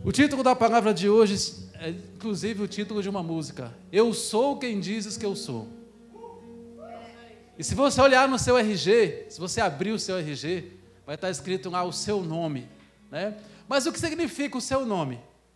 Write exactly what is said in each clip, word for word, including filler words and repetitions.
O título da palavra de hoje é, inclusive, o título de uma música. Eu sou quem dizes que eu sou. E se você olhar no seu R G, se você abrir o seu R G, vai estar escrito lá o seu nome, né? Mas o que significa o seu nome?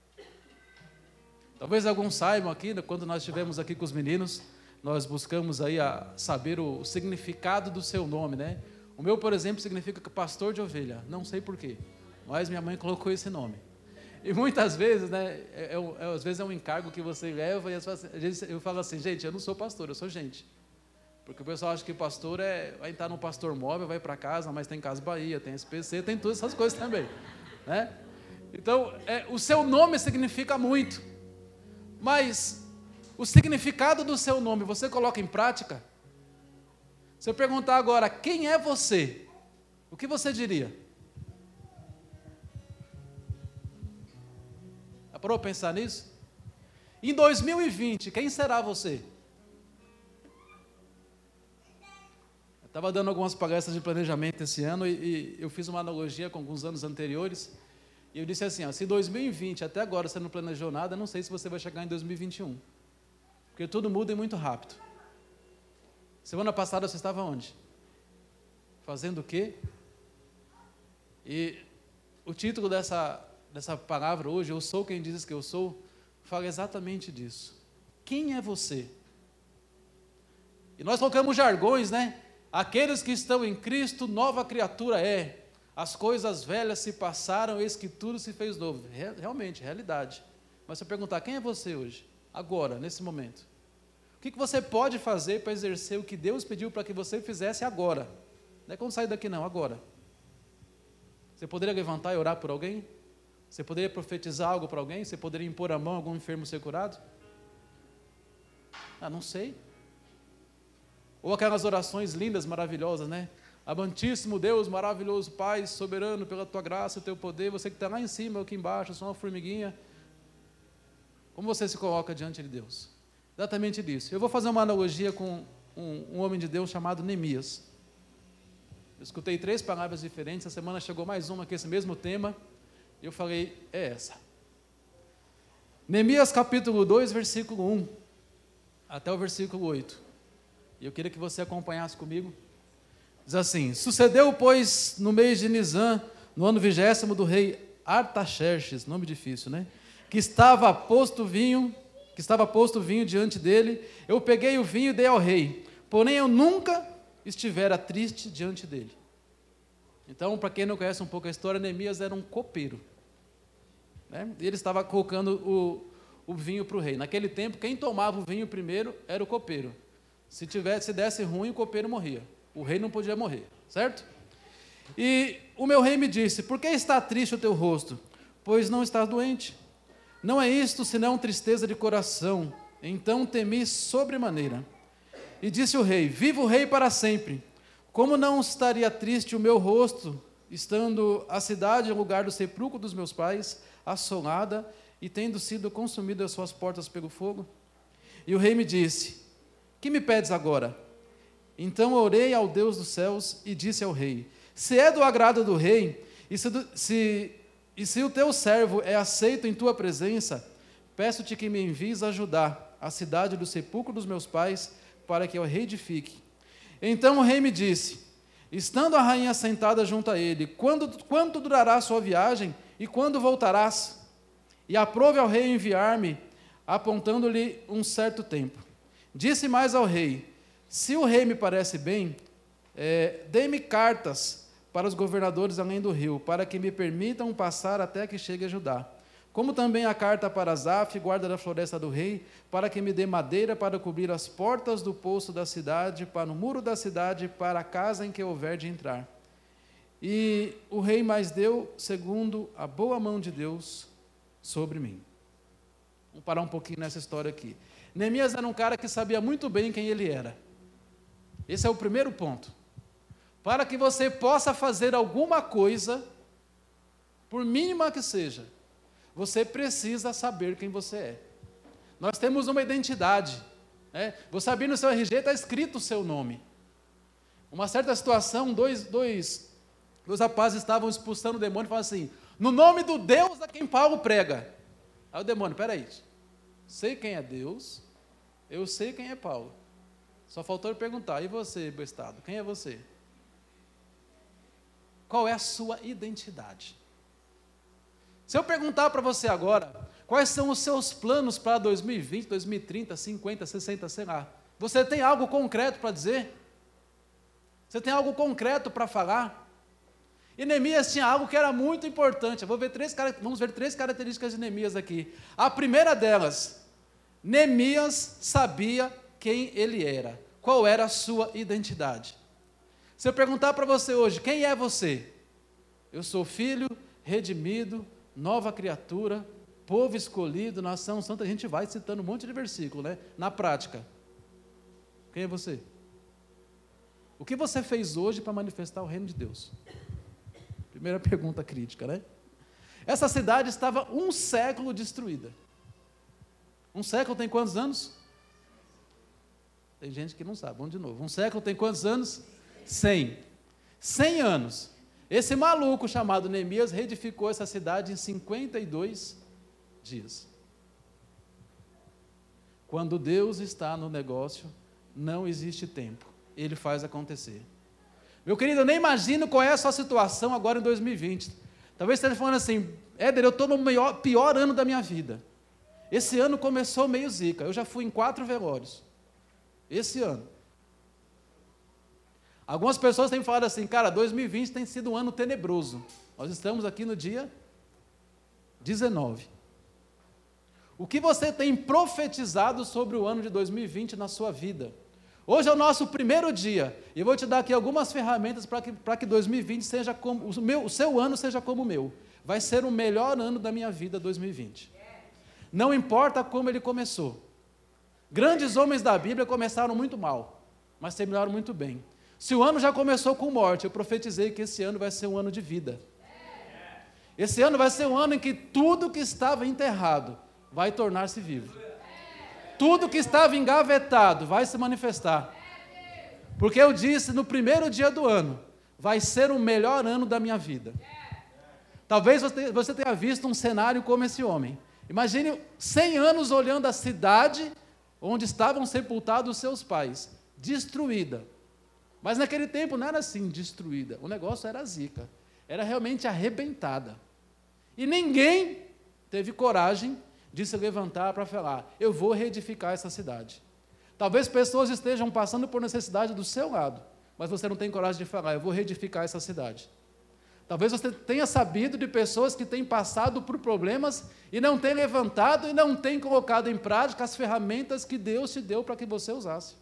Talvez alguns saibam aqui, quando nós estivemos aqui com os meninos, nós buscamos aí a saber o significado do seu nome, né? O meu, por exemplo, significa pastor de ovelha. Não sei porquê, mas minha mãe colocou esse nome. E muitas vezes, né, é, é, às vezes é um encargo que você leva e às vezes eu falo assim, gente, eu não sou pastor, eu sou gente. Porque o pessoal acha que pastor é, vai entrar num pastor móvel, vai para casa, mas tem Casa Bahia, tem S P C, tem todas essas coisas também, né? Então, é, o seu nome significa muito, mas o significado do seu nome, você coloca em prática? Se eu perguntar agora, quem é você? O que você diria? Já parou para pensar nisso? Em dois mil e vinte, quem será você? Eu estava dando algumas palestras de planejamento esse ano e, e eu fiz uma analogia com alguns anos anteriores. E eu disse assim, ó, se dois mil e vinte até agora você não planejou nada, não sei se você vai chegar em dois mil e vinte e um. Porque tudo muda e muito rápido. Semana passada você estava onde? Fazendo o quê? E o título dessa, dessa palavra hoje, eu sou quem dizes que eu sou, fala exatamente disso. Quem é você? E nós colocamos jargões, né? Aqueles que estão em Cristo, nova criatura é. As coisas velhas se passaram, eis que tudo se fez novo. Realmente, realidade. Mas se eu perguntar, quem é você hoje? Agora, nesse momento. O que você pode fazer para exercer o que Deus pediu para que você fizesse agora? Não é quando sair daqui não, agora. Você poderia levantar e orar por alguém? Você poderia profetizar algo para alguém? Você poderia impor a mão a algum enfermo ser curado? Ah, não sei. Ou aquelas orações lindas, maravilhosas, né? Amantíssimo Deus, maravilhoso Pai, soberano pela Tua graça e Teu poder, você que está lá em cima, eu aqui embaixo, eu sou uma formiguinha. Como você se coloca diante de Deus? Exatamente disso. Eu vou fazer uma analogia com um, um homem de Deus chamado Neemias. Eu escutei três palavras diferentes, essa semana chegou mais uma com esse mesmo tema, e eu falei, é essa. Neemias capítulo dois, versículo um, até o versículo oito. E eu queria que você acompanhasse comigo. Diz assim, sucedeu, pois, no mês de Nisan, no ano vigésimo do rei Artaxerxes, nome difícil, né? Que estava posto vinho, que estava posto vinho diante dele, eu peguei o vinho e dei ao rei, porém eu nunca estivera triste diante dele. Então, para quem não conhece um pouco a história, Neemias era um copeiro, né? E ele estava colocando o, o vinho para o rei. Naquele tempo, quem tomava o vinho primeiro era o copeiro. Se tivesse, se desse ruim, o copeiro morria. O rei não podia morrer, certo? E o meu rei me disse, por que está triste o teu rosto? Pois não estás doente. Não é isto, senão tristeza de coração. Então temi sobremaneira. E disse o rei, viva o rei para sempre. Como não estaria triste o meu rosto, estando a cidade, em lugar do sepulcro dos meus pais, assolada, e tendo sido consumidas as suas portas pelo fogo? E o rei me disse, que me pedes agora? Então orei ao Deus dos céus e disse ao rei, se é do agrado do rei, e se, do, se, e se o teu servo é aceito em tua presença, peço-te que me envies ajudar a cidade do sepulcro dos meus pais, para que eu reedifique. Então o rei me disse, estando a rainha sentada junto a ele, quando, quanto durará a sua viagem e quando voltarás? E aprove ao rei enviar-me, apontando-lhe um certo tempo. Disse mais ao rei, se o rei me parece bem, é, dê-me cartas para os governadores além do rio, para que me permitam passar até que chegue a Judá. Como também a carta para Asaf, guarda da floresta do rei, para que me dê madeira para cobrir as portas do poço da cidade, para o muro da cidade, para a casa em que houver de entrar. E o rei mais deu, segundo a boa mão de Deus, sobre mim. Vamos parar um pouquinho nessa história aqui. Neemias era um cara que sabia muito bem quem ele era. Esse é o primeiro ponto. Para que você possa fazer alguma coisa, por mínima que seja, você precisa saber quem você é. Nós temos uma identidade, né? Você abrir no seu R G, está escrito o seu nome. Uma certa situação, dois, dois, dois rapazes estavam expulsando o demônio e falaram assim, no nome do Deus a quem Paulo prega. Aí o demônio, peraí, sei quem é Deus, eu sei quem é Paulo. Só faltou ele perguntar, e você, bestado, quem é você? Qual é a sua identidade? Se eu perguntar para você agora, quais são os seus planos para dois mil e vinte, dois mil e trinta, cinquenta, sessenta, sei lá, você tem algo concreto para dizer? Você tem algo concreto para falar? E Neemias tinha algo que era muito importante. Eu vou ver três, vamos ver três características de Neemias aqui. A primeira delas, Neemias sabia quem ele era, qual era a sua identidade. Se eu perguntar para você hoje, quem é você? Eu sou filho, redimido, nova criatura, povo escolhido, nação santa. A gente vai citando um monte de versículo, né? Na prática, quem é você? O que você fez hoje para manifestar o reino de Deus? Primeira pergunta crítica, né? Essa cidade estava um século destruída. Um século tem quantos anos? Tem gente que não sabe, vamos de novo. Um século tem quantos anos? Cem. Cem anos. Esse maluco chamado Neemias reedificou essa cidade em cinquenta e dois dias. Quando Deus está no negócio, não existe tempo. Ele faz acontecer. Meu querido, eu nem imagino qual é a sua situação agora em dois mil e vinte. Talvez você esteja falando assim, Éder, eu estou no maior, pior ano da minha vida. Esse ano começou meio zica, eu já fui em quatro velórios. Esse ano. Algumas pessoas têm falado assim, cara, dois mil e vinte tem sido um ano tenebroso. Nós estamos aqui no dia dezenove. O que você tem profetizado sobre o ano de dois mil e vinte na sua vida? Hoje é o nosso primeiro dia, e eu vou te dar aqui algumas ferramentas para que, para que dois mil e vinte seja como, o, meu, o seu ano seja como o meu. Vai ser o melhor ano da minha vida, dois mil e vinte. Não importa como ele começou. Grandes homens da Bíblia começaram muito mal, mas terminaram muito bem. Se o ano já começou com morte, eu profetizei que esse ano vai ser um ano de vida. Esse ano vai ser um ano em que tudo que estava enterrado vai tornar-se vivo. Tudo que estava engavetado vai se manifestar. Porque eu disse no primeiro dia do ano, vai ser o melhor ano da minha vida. Talvez você tenha visto um cenário como esse homem. Imagine cem anos olhando a cidade onde estavam sepultados os seus pais, destruída. Mas naquele tempo não era assim, destruída. O negócio era zica. Era realmente arrebentada. E ninguém teve coragem de se levantar para falar, eu vou reedificar essa cidade. Talvez pessoas estejam passando por necessidade do seu lado, mas você não tem coragem de falar, eu vou reedificar essa cidade. Talvez você tenha sabido de pessoas que têm passado por problemas e não têm levantado e não têm colocado em prática as ferramentas que Deus te deu para que você usasse.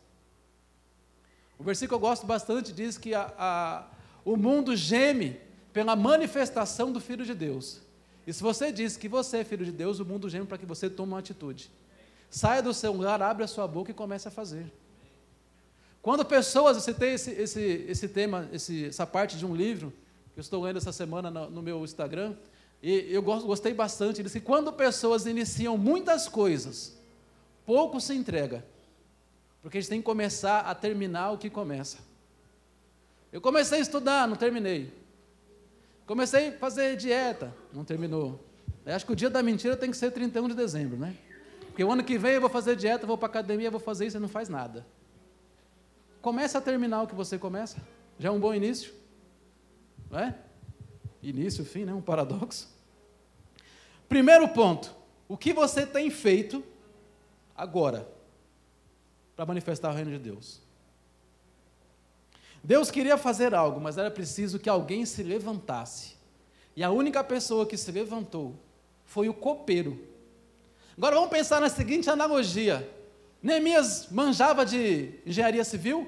O versículo que eu gosto bastante diz que a, a, o mundo geme pela manifestação do Filho de Deus. E se você diz que você é filho de Deus, o mundo geme para que você tome uma atitude. Saia do seu lugar, abre a sua boca e comece a fazer. Quando pessoas, você tem esse, esse, esse tema, esse, essa parte de um livro, que eu estou lendo essa semana no, no meu Instagram, e eu gostei bastante, ele diz que quando pessoas iniciam muitas coisas, pouco se entrega, porque a gente tem que começar a terminar o que começa. Eu comecei a estudar, não terminei. Comecei a fazer dieta, não terminou. Eu acho que o dia da mentira tem que ser trinta e um de dezembro, né? Porque o ano que vem eu vou fazer dieta, vou para a academia, vou fazer isso e não faz nada. Começa a terminar o que você começa. Já é um bom início. Não é? Início, fim, né? Um paradoxo. Primeiro ponto. O que você tem feito agora para manifestar o reino de Deus? Deus queria fazer algo, mas era preciso que alguém se levantasse. E a única pessoa que se levantou foi o copeiro. Agora vamos pensar na seguinte analogia. Neemias manjava de engenharia civil?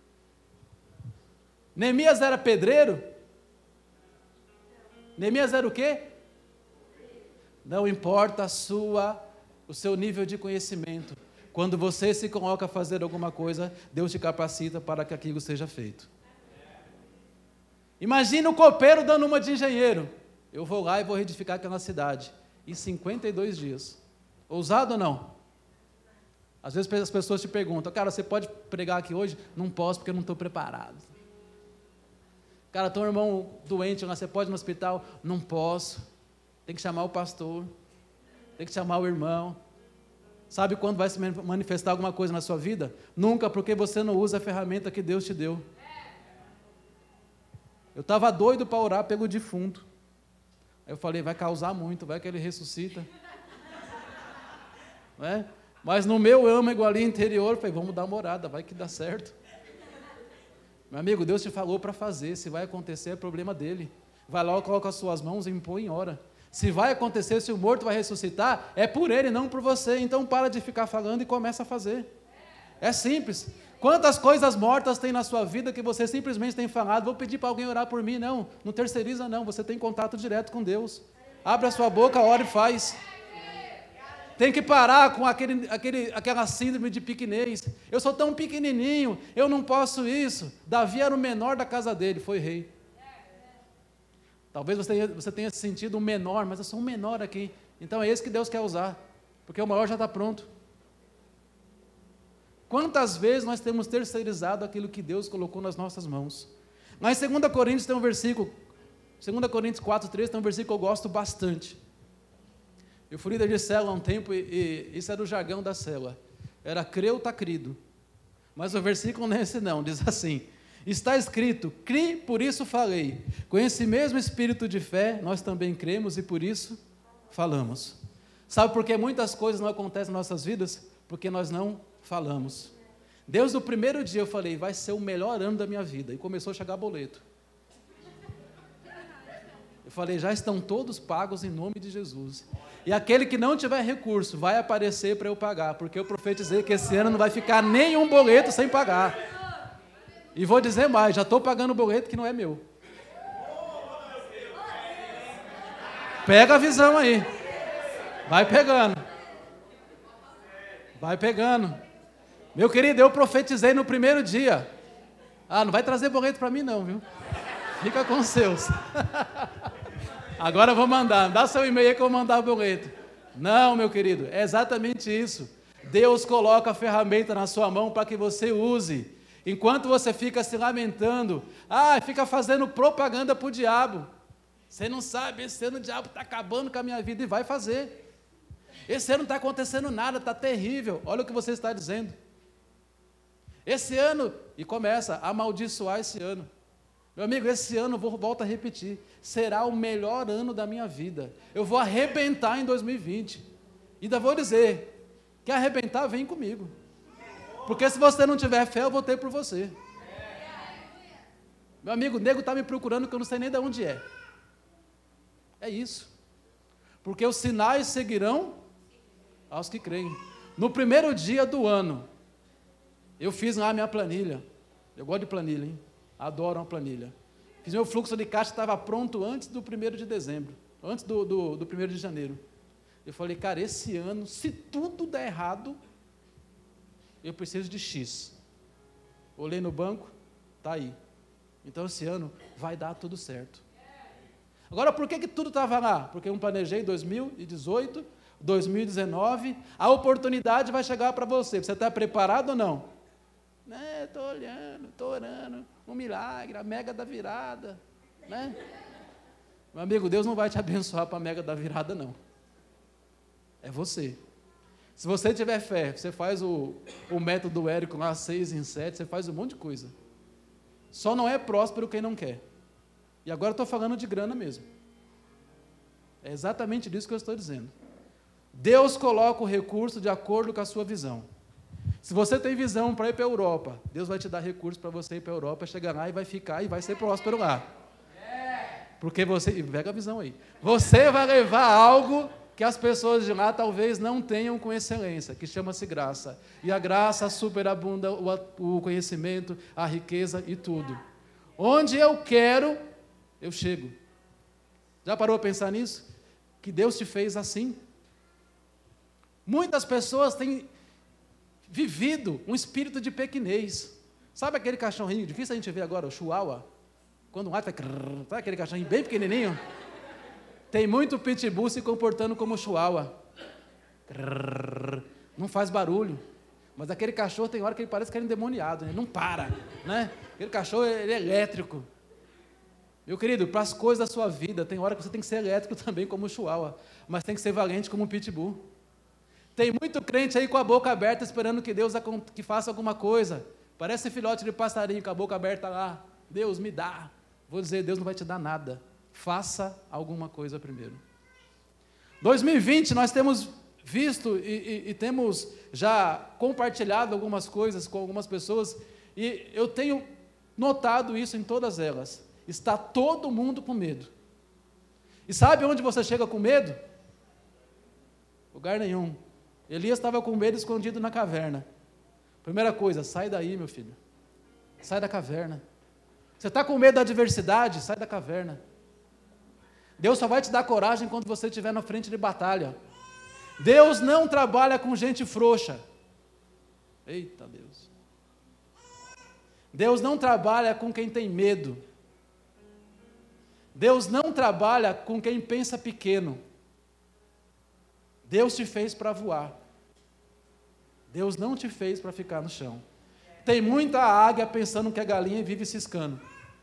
Neemias era pedreiro? Neemias era o quê? Não importa a sua, o seu nível de conhecimento. Quando você se coloca a fazer alguma coisa, Deus te capacita para que aquilo seja feito. Imagina o copeiro dando uma de engenheiro. Eu vou lá e vou reedificar aquela cidade. Em cinquenta e dois dias. Ousado ou não? Às vezes as pessoas te perguntam, cara, você pode pregar aqui hoje? Não posso porque eu não estou preparado. Cara, tem um irmão doente lá, você pode ir no hospital? Não posso. tem que chamar o pastor, tem que chamar o irmão. Sabe quando vai se manifestar alguma coisa na sua vida? Nunca, porque você não usa a ferramenta que Deus te deu. Eu estava doido para orar pelo defunto. Aí eu falei, vai causar muito, vai que ele ressuscita. Não é? Mas no meu âmago ali interior, eu falei, vamos dar uma orada, vai que dá certo. Meu amigo, Deus te falou para fazer, se vai acontecer é problema dele. Vai lá, coloca as suas mãos e impõe em hora. Se vai acontecer, se o morto vai ressuscitar, é por ele, não por você. Então para de ficar falando e começa a fazer. É simples. Quantas coisas mortas tem na sua vida que você simplesmente tem falado, vou pedir para alguém orar por mim? Não, não terceiriza não, você tem contato direto com Deus. Abre a sua boca, ora e faz. Tem que parar com aquele, aquele, aquela síndrome de pequenez. Eu sou tão pequenininho, eu não posso isso. Davi era o menor da casa dele, foi rei. Talvez você tenha, você tenha se sentido um menor, mas eu sou um menor aqui. Então é esse que Deus quer usar, porque o maior já está pronto. Quantas vezes nós temos terceirizado aquilo que Deus colocou nas nossas mãos? Mas em dois Coríntios tem um versículo, dois Coríntios quatro, três, tem um versículo que eu gosto bastante. Eu fui líder de célula há um tempo e, e isso era o jargão da célula. Era creu, tá crido. Mas o versículo não é esse não, diz assim, está escrito, cri, por isso falei. Com esse mesmo espírito de fé, nós também cremos e por isso falamos. Sabe por que muitas coisas não acontecem nas nossas vidas? Porque nós não falamos. Deus, no primeiro dia eu falei, vai ser o melhor ano da minha vida. E começou a chegar boleto. Eu falei, já estão todos pagos em nome de Jesus. E aquele que não tiver recurso, vai aparecer para eu pagar. Porque eu profetizei que esse ano não vai ficar nenhum boleto sem pagar. E vou dizer mais, já estou pagando o boleto que não é meu. Pega a visão aí. Vai pegando. Vai pegando. Meu querido, eu profetizei no primeiro dia. Ah, não vai trazer boleto para mim não, viu? Fica com os seus. Agora eu vou mandar. Dá seu e-mail aí que eu vou mandar o boleto. Não, meu querido, é exatamente isso. Deus coloca a ferramenta na sua mão para que você use. Enquanto você fica se lamentando, ah, fica fazendo propaganda para o diabo. Você não sabe, esse ano o diabo está acabando com a minha vida e vai fazer. Esse ano não está acontecendo nada, está terrível. Olha o que você está dizendo. Esse ano, e começa a amaldiçoar esse ano. Meu amigo, esse ano, vou, volto a repetir, será o melhor ano da minha vida. Eu vou arrebentar em dois mil e vinte. Ainda vou dizer, quer arrebentar, vem comigo. Porque se você não tiver fé, eu vou ter por você. Meu amigo, o nego está me procurando que eu não sei nem de onde é. É isso. Porque os sinais seguirão aos que creem. No primeiro dia do ano, eu fiz lá a minha planilha. Eu gosto de planilha, hein? Adoro uma planilha. Fiz meu fluxo de caixa, estava pronto antes do primeiro de dezembro. Antes do, do, do primeiro de janeiro. Eu falei, cara, esse ano, se tudo der errado, eu preciso de X. Olhei no banco, está aí. Então, esse ano vai dar tudo certo. Agora, por que, que tudo estava lá? Porque eu planejei dois mil e dezoito, dois mil e dezenove, a oportunidade vai chegar para você. Você está preparado ou não? Estou né, olhando, estou orando, um milagre, a mega da virada. Né? Meu amigo, Deus não vai te abençoar para a mega da virada, não. É você. Se você tiver fé, você faz o, o método do Érico lá, seis em sete, você faz um monte de coisa. Só não é próspero quem não quer. E agora eu estou falando de grana mesmo. É exatamente disso que eu estou dizendo. Deus coloca o recurso de acordo com a sua visão. Se você tem visão para ir para a Europa, Deus vai te dar recurso para você ir para a Europa, chegar lá e vai ficar e vai ser próspero lá. Porque você, pega a visão aí, você vai levar algo que as pessoas de lá talvez não tenham com excelência, que chama-se graça. E a graça superabunda o conhecimento, a riqueza e tudo. Onde eu quero, eu chego. Já parou a pensar nisso? Que Deus te fez assim. Muitas pessoas têm vivido um espírito de pequenez. Sabe aquele cachorrinho, difícil a gente ver agora, o chihuahua? Quando um late faz crrr, sabe aquele cachorrinho bem pequenininho? Tem muito pitbull se comportando como chihuahua. Crrr, não faz barulho. Mas aquele cachorro tem hora que ele parece que é endemoniado, ele não para, né? Aquele cachorro ele é elétrico. Meu querido, para as coisas da sua vida, tem hora que você tem que ser elétrico também, como o Chihuahua, mas tem que ser valente como um pitbull. Tem muito crente aí com a boca aberta, esperando que Deus que faça alguma coisa. Parece filhote de passarinho com a boca aberta lá. Deus, me dá. Vou dizer, Deus não vai te dar nada. Faça alguma coisa primeiro. dois mil e vinte, nós temos visto e, e, e temos já compartilhado algumas coisas com algumas pessoas, e eu tenho notado isso em todas elas. Está todo mundo com medo. E sabe onde você chega com medo? Lugar nenhum. Elias estava com medo escondido na caverna. Primeira coisa, sai daí, meu filho. Sai da caverna. Você está com medo da adversidade? Sai da caverna. Deus só vai te dar coragem quando você estiver na frente de batalha. Deus não trabalha com gente frouxa. Eita Deus. Deus não trabalha com quem tem medo. Deus não trabalha com quem pensa pequeno. Deus te fez para voar. Deus não te fez para ficar no chão. Tem muita águia pensando que é galinha e vive ciscando.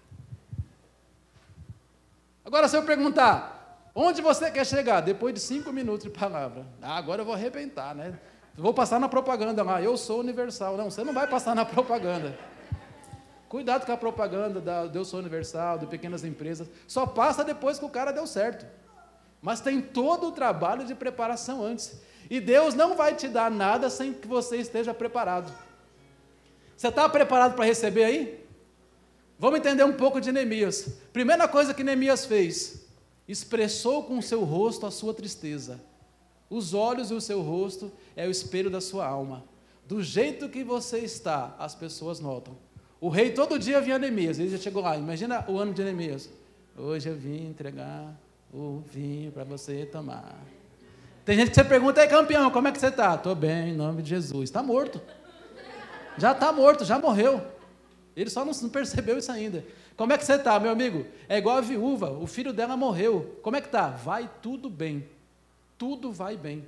Agora, se eu perguntar, onde você quer chegar? Depois de cinco minutos de palavra. Ah, agora eu vou arrebentar, né? Vou passar na propaganda lá, eu sou universal. Não, você não vai passar na propaganda. Cuidado com a propaganda da Eu Sou Universal, de pequenas empresas. Só passa depois que o cara deu certo. Mas tem todo o trabalho de preparação antes. E Deus não vai te dar nada sem que você esteja preparado. Você está preparado para receber aí? Vamos entender um pouco de Neemias. Primeira coisa que Neemias fez, expressou com o seu rosto a sua tristeza. Os olhos e o seu rosto é o espelho da sua alma. Do jeito que você está, as pessoas notam. O rei todo dia vinha a Neemias, ele já chegou lá, imagina o ano de Neemias. Hoje eu vim entregar o vinho para você tomar. Tem gente que você pergunta, aí campeão, como é que você está? Estou bem, em nome de Jesus. Está morto. Já está morto, já morreu. Ele só não percebeu isso ainda. Como é que você está, meu amigo? É igual a viúva, o filho dela morreu. Como é que está? Vai tudo bem. Tudo vai bem.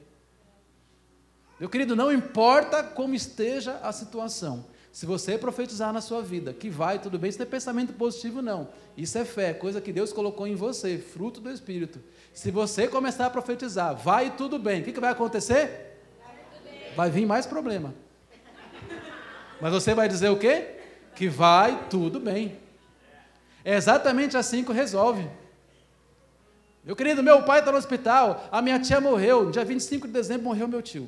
Meu querido, não importa como esteja a situação. Se você profetizar na sua vida que vai tudo bem, isso não é pensamento positivo, não. Isso é fé, coisa que Deus colocou em você, fruto do Espírito. Se você começar a profetizar, vai tudo bem, o que, que vai acontecer? Vai vir mais problema. Mas você vai dizer o quê? Que vai tudo bem. É exatamente assim que resolve. Meu querido, meu pai está no hospital, a minha tia morreu, no dia vinte e cinco de dezembro morreu meu tio.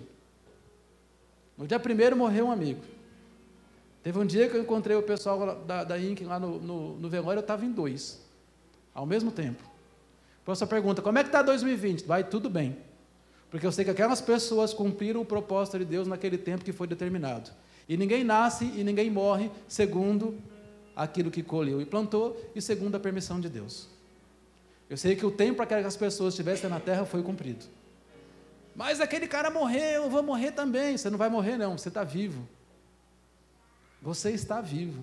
No dia primeiro morreu um amigo. Teve um dia que eu encontrei o pessoal da, da I N C lá no, no, no velório, eu estava em dois, ao mesmo tempo. O professor pergunta, como é que está dois mil e vinte? Vai tudo bem, porque eu sei que aquelas pessoas cumpriram o propósito de Deus naquele tempo que foi determinado. E ninguém nasce e ninguém morre segundo aquilo que colheu e plantou e segundo a permissão de Deus. Eu sei que o tempo para que aquelas pessoas estivessem na terra foi cumprido. Mas aquele cara morreu, eu vou morrer também. Você não vai morrer não, você está vivo. Você está vivo.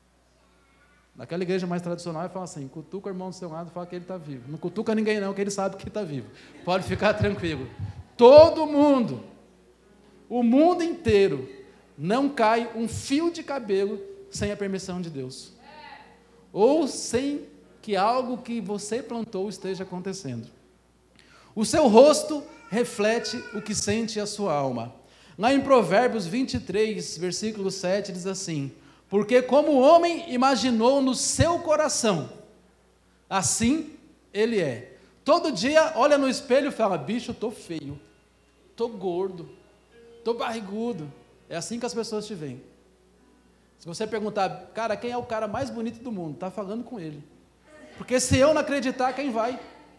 Naquela igreja mais tradicional, ele fala assim, cutuca o irmão do seu lado e fala que ele está vivo. Não cutuca ninguém não, que ele sabe que está vivo. Pode ficar tranquilo. Todo mundo, o mundo inteiro, não cai um fio de cabelo sem a permissão de Deus. Ou sem que algo que você plantou esteja acontecendo. O seu rosto reflete o que sente a sua alma. Lá em Provérbios vinte e três, versículo sete, diz assim, porque como o homem imaginou no seu coração, assim ele é. Todo dia olha no espelho e fala, bicho, estou feio, estou gordo, estou barrigudo. É assim que as pessoas te veem. Se você perguntar, cara, quem é o cara mais bonito do mundo? Está falando com ele. Porque se eu não acreditar, quem vai?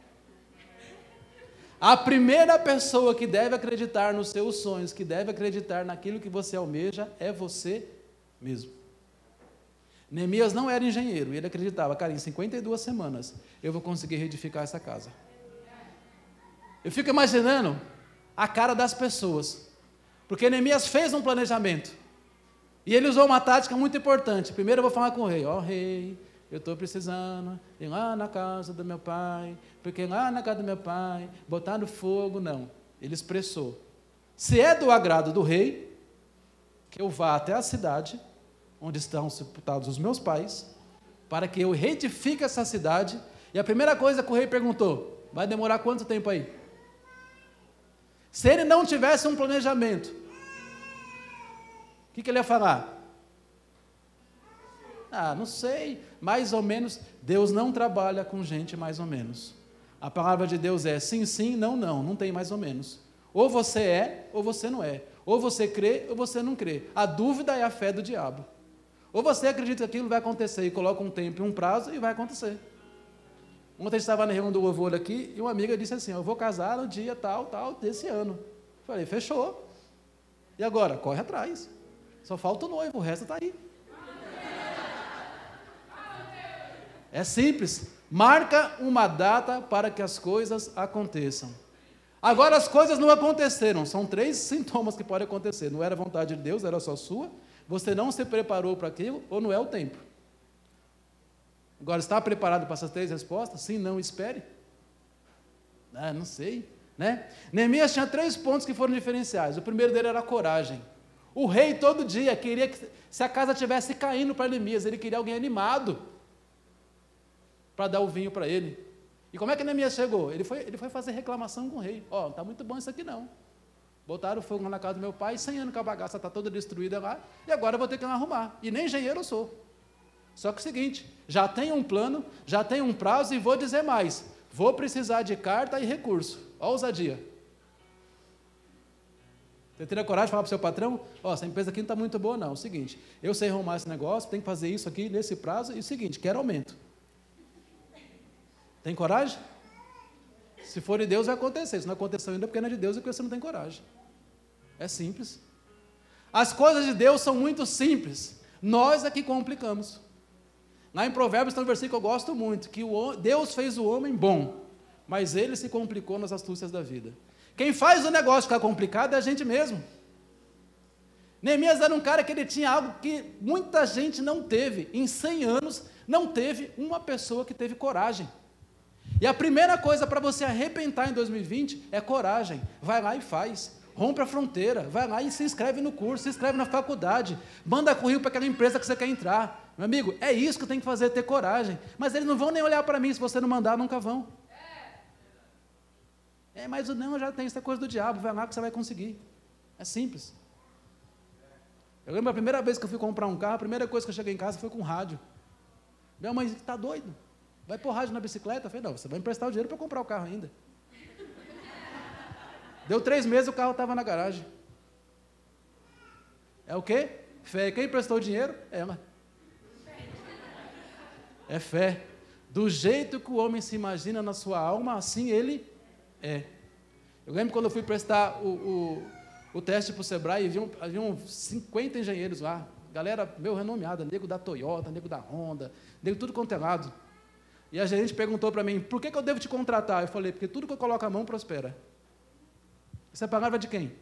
A primeira pessoa que deve acreditar nos seus sonhos, que deve acreditar naquilo que você almeja, é você mesmo. Neemias não era engenheiro, ele acreditava, cara, em cinquenta e duas semanas eu vou conseguir reedificar essa casa. Eu fico imaginando a cara das pessoas, porque Neemias fez um planejamento, e ele usou uma tática muito importante. Primeiro eu vou falar com o rei, ó rei, eu estou precisando ir lá na casa do meu pai, porque lá na casa do meu pai, botar no fogo, não. Ele expressou, se é do agrado do rei, que eu vá até a cidade, onde estão sepultados os meus pais, para que eu reedifique essa cidade. E a primeira coisa que o rei perguntou: vai demorar quanto tempo aí? Se ele não tivesse um planejamento, o que, que ele ia falar? Ah, não sei, mais ou menos. Deus não trabalha com gente mais ou menos. A palavra de Deus é sim, sim, não, não, não tem mais ou menos. Ou você é, ou você não é. Ou você crê, ou você não crê. A dúvida é a fé do diabo. Ou você acredita que aquilo vai acontecer e coloca um tempo e um prazo e vai acontecer. Ontem a gente estava na reunião do louvor aqui e uma amiga disse assim: eu vou casar no dia tal, tal, desse ano. Falei, fechou. E agora? Corre atrás. Só falta o noivo, o resto está aí. É simples. Marca uma data para que as coisas aconteçam. Agora as coisas não aconteceram. São três sintomas que podem acontecer. Não era vontade de Deus, era só sua. Você não se preparou para aquilo ou não é o tempo. Agora, está preparado para essas três respostas? Sim, não, espere. Ah, não sei. Né? Neemias tinha três pontos que foram diferenciais. O primeiro dele era a coragem. O rei todo dia queria que, se a casa estivesse caindo para Neemias, ele queria alguém animado para dar o vinho para ele. E como é que Neemias chegou? Ele foi, ele foi fazer reclamação com o rei. Ó, oh, não está muito bom isso aqui não. Botaram fogo lá na casa do meu pai, cem anos que a bagaça está toda destruída lá, e agora eu vou ter que arrumar. E nem engenheiro eu sou. Só que é o seguinte, já tenho um plano, já tenho um prazo e vou dizer mais. Vou precisar de carta e recurso. Ó a ousadia. Você teria coragem de falar para o seu patrão: ó, oh, essa empresa aqui não está muito boa não. É o seguinte, eu sei arrumar esse negócio, tem que fazer isso aqui nesse prazo, e o seguinte, quero aumento. Tem coragem? Se for de Deus vai acontecer. Se não aconteceu ainda, porque não é de Deus, é porque você não tem coragem. É simples. As coisas de Deus são muito simples. Nós é que complicamos. Lá em Provérbios tem um versículo que eu gosto muito, que o, Deus fez o homem bom, mas ele se complicou nas astúcias da vida. Quem faz o negócio ficar complicado é a gente mesmo. Neemias era um cara que ele tinha algo que muita gente não teve. Em cem anos, não teve uma pessoa que teve coragem. E a primeira coisa para você arrebentar em dois mil e vinte é coragem. Vai lá e faz. Rompe a fronteira. Vai lá e se inscreve no curso, se inscreve na faculdade. Manda currículo para aquela empresa que você quer entrar. Meu amigo, é isso que tem que fazer, ter coragem. Mas eles não vão nem olhar para mim, se você não mandar, nunca vão. É, mas não, já tem, isso é coisa do diabo, vai lá que você vai conseguir. É simples. Eu lembro a primeira vez que eu fui comprar um carro, a primeira coisa que eu cheguei em casa foi com rádio. Minha mãe disse: está doido? Vai pôr rádio na bicicleta? Eu falei: não, você vai emprestar o dinheiro para comprar o carro ainda. Deu três meses, o carro estava na garagem. É o quê? Fé. Quem emprestou o dinheiro? Ela. É fé. Do jeito que o homem se imagina na sua alma, assim ele é. Eu lembro quando eu fui prestar o, o, o teste para o Sebrae, haviam, haviam cinquenta engenheiros lá, galera meio renomeada, nego da Toyota, nego da Honda, nego tudo quanto é lado. E a gerente perguntou para mim: por que, que eu devo te contratar? Eu falei: porque tudo que eu coloco a mão prospera. Essa é a palavra de quem?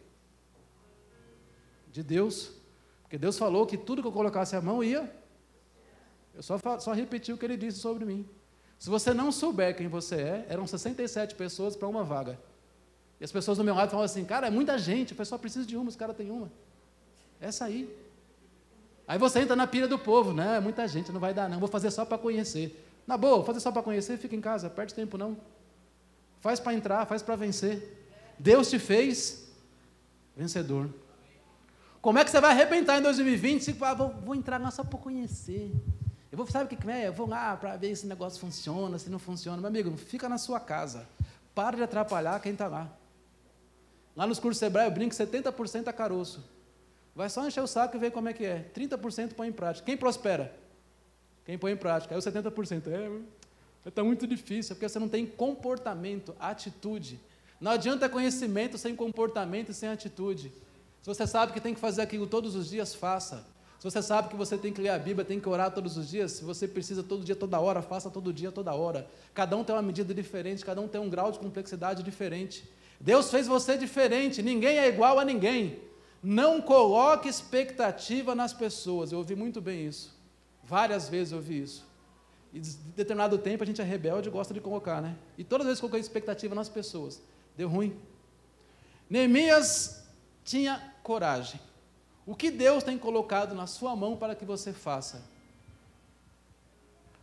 De Deus. Porque Deus falou que tudo que eu colocasse a mão ia. Eu só, só repeti o que ele disse sobre mim. Se você não souber quem você é, eram sessenta e sete pessoas para uma vaga. E as pessoas do meu lado falam assim: cara, é muita gente, o pessoal precisa de uma, os caras têm uma. Essa aí. Aí você entra na pira do povo: não, é muita gente, não vai dar não, vou fazer só para conhecer. Na boa, vou fazer só para conhecer, fica em casa, perde tempo não. Faz para entrar, faz para vencer. Deus te fez vencedor. Como é que você vai arrebentar em dois mil e vinte se ah, vou, vou entrar lá só para conhecer? Eu vou, sabe o que é? Eu vou lá para ver se o negócio funciona, se não funciona. Meu amigo, fica na sua casa. Para de atrapalhar quem está lá. Lá nos cursos Sebrae eu brinco que setenta por cento é caroço. Vai só encher o saco e ver como é que é. trinta por cento põe em prática. Quem prospera? Quem põe em prática. Aí os setenta por cento. É, está muito difícil, porque você não tem comportamento, atitude. Não adianta conhecimento sem comportamento e sem atitude. Se você sabe que tem que fazer aquilo todos os dias, faça. Se você sabe que você tem que ler a Bíblia, tem que orar todos os dias, se você precisa todo dia, toda hora, faça todo dia, toda hora. Cada um tem uma medida diferente, cada um tem um grau de complexidade diferente. Deus fez você diferente, ninguém é igual a ninguém. Não coloque expectativa nas pessoas. Eu ouvi muito bem isso. Várias vezes eu ouvi isso. E de determinado tempo a gente é rebelde e gosta de colocar, né? E todas as vezes que eu coloquei expectativa nas pessoas, deu ruim. Neemias tinha coragem. O que Deus tem colocado na sua mão para que você faça?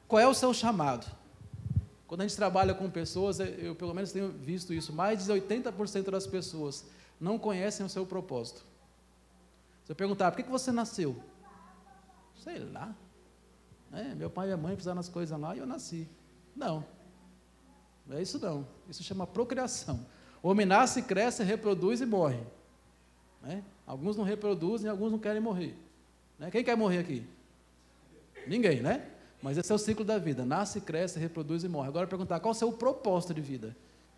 Qual é o seu chamado? Quando a gente trabalha com pessoas, eu pelo menos tenho visto isso, mais de oitenta por cento das pessoas não conhecem o seu propósito. Se eu perguntar, por que você nasceu? Sei lá. É, meu pai e minha mãe fizeram as coisas lá e eu nasci. Não. Não é isso não. Isso chama procriação. O homem nasce, cresce, reproduz e morre. Né? Alguns não reproduzem, alguns não querem morrer. Né? Quem quer morrer aqui? Ninguém, né? Mas esse é o ciclo da vida. Nasce, cresce, reproduz e morre. Agora perguntar, qual é o seu propósito de vida?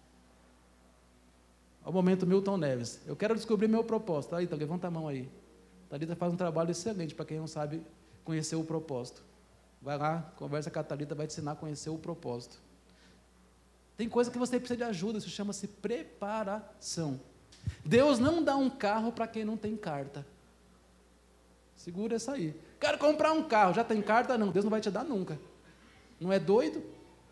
Ao momento Milton Neves. Eu quero descobrir meu propósito. Thalita, levanta a mão aí. Thalita faz um trabalho excelente para quem não sabe conhecer o propósito. Vai lá, conversa com a Thalita, vai te ensinar a conhecer o propósito. Tem coisa que você precisa de ajuda, isso chama-se preparação. Deus não dá um carro para quem não tem carta. Segura essa aí. Quero comprar um carro, já tem carta? Não, Deus não vai te dar nunca. Não é doido?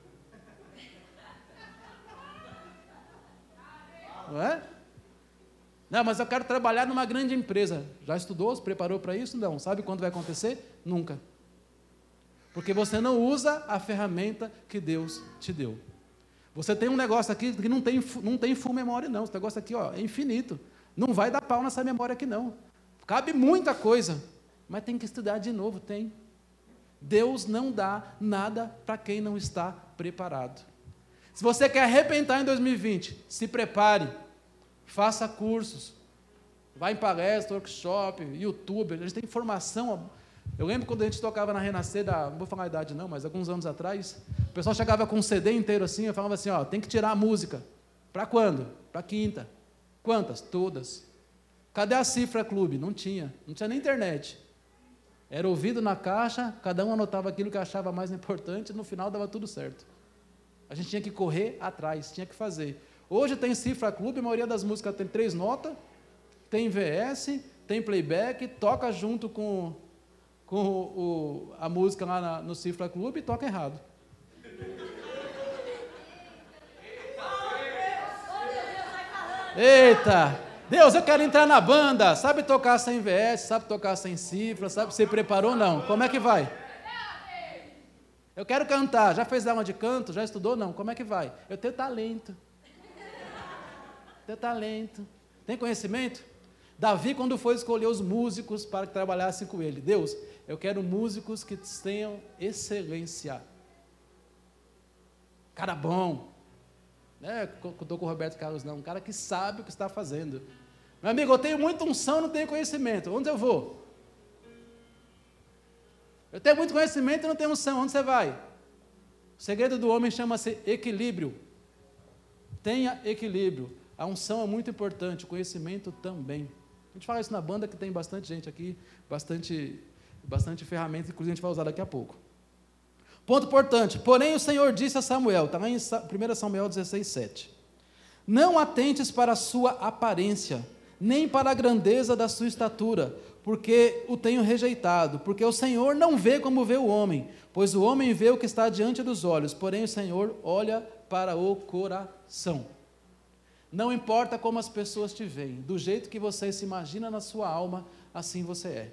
Não é? Não, mas eu quero trabalhar numa grande empresa. Já estudou, se preparou para isso? Não. Sabe quando vai acontecer? Nunca. Porque você não usa a ferramenta que Deus te deu. Você tem um negócio aqui que não tem, não tem full memória, não. Esse negócio aqui ó, é infinito. Não vai dar pau nessa memória aqui, não. Cabe muita coisa, mas tem que estudar de novo, tem. Deus não dá nada para quem não está preparado. Se você quer arrebentar em dois mil e vinte, se prepare, faça cursos, vá em palestra, workshop, YouTube, a gente tem informação. Eu lembro quando a gente tocava na Renascer, da, não vou falar a idade não, mas alguns anos atrás, o pessoal chegava com um C D inteiro assim, eu falava assim, ó, tem que tirar a música. Para quando? Para quinta. Quantas? Todas. Cadê a Cifra Clube? Não tinha, não tinha nem internet. Era ouvido na caixa, cada um anotava aquilo que achava mais importante, e no final dava tudo certo. A gente tinha que correr atrás, tinha que fazer. Hoje tem Cifra Clube, a maioria das músicas tem três notas, tem V S, tem playback, toca junto com, com o, o, a música lá na, no Cifra Clube e toca errado. Eita! Deus, eu quero entrar na banda. Sabe tocar sem V S, sabe tocar sem cifra, sabe? Você preparou? Não. Como é que vai? Eu quero cantar. Já fez aula de canto? Já estudou? Não. Como é que vai? Eu tenho talento. Tenho talento. Tem conhecimento? Davi, quando foi escolher os músicos para que trabalhassem com ele, Deus, eu quero músicos que tenham excelência. Cara bom. Não é que eu estou com o Roberto Carlos, não. Um cara que sabe o que está fazendo. Meu amigo, eu tenho muita unção, não tenho conhecimento. Onde eu vou? Eu tenho muito conhecimento e não tenho unção. Onde você vai? O segredo do homem chama-se equilíbrio. Tenha equilíbrio. A unção é muito importante, o conhecimento também. A gente fala isso na banda, que tem bastante gente aqui, bastante, bastante ferramentas, inclusive a gente vai usar daqui a pouco. Ponto importante, porém o Senhor disse a Samuel, está lá em primeiro Samuel dezesseis, sete, não atentes para a sua aparência, nem para a grandeza da sua estatura, porque o tenho rejeitado, porque o Senhor não vê como vê o homem, pois o homem vê o que está diante dos olhos, porém o Senhor olha para o coração. Não importa como as pessoas te veem, do jeito que você se imagina na sua alma, assim você é.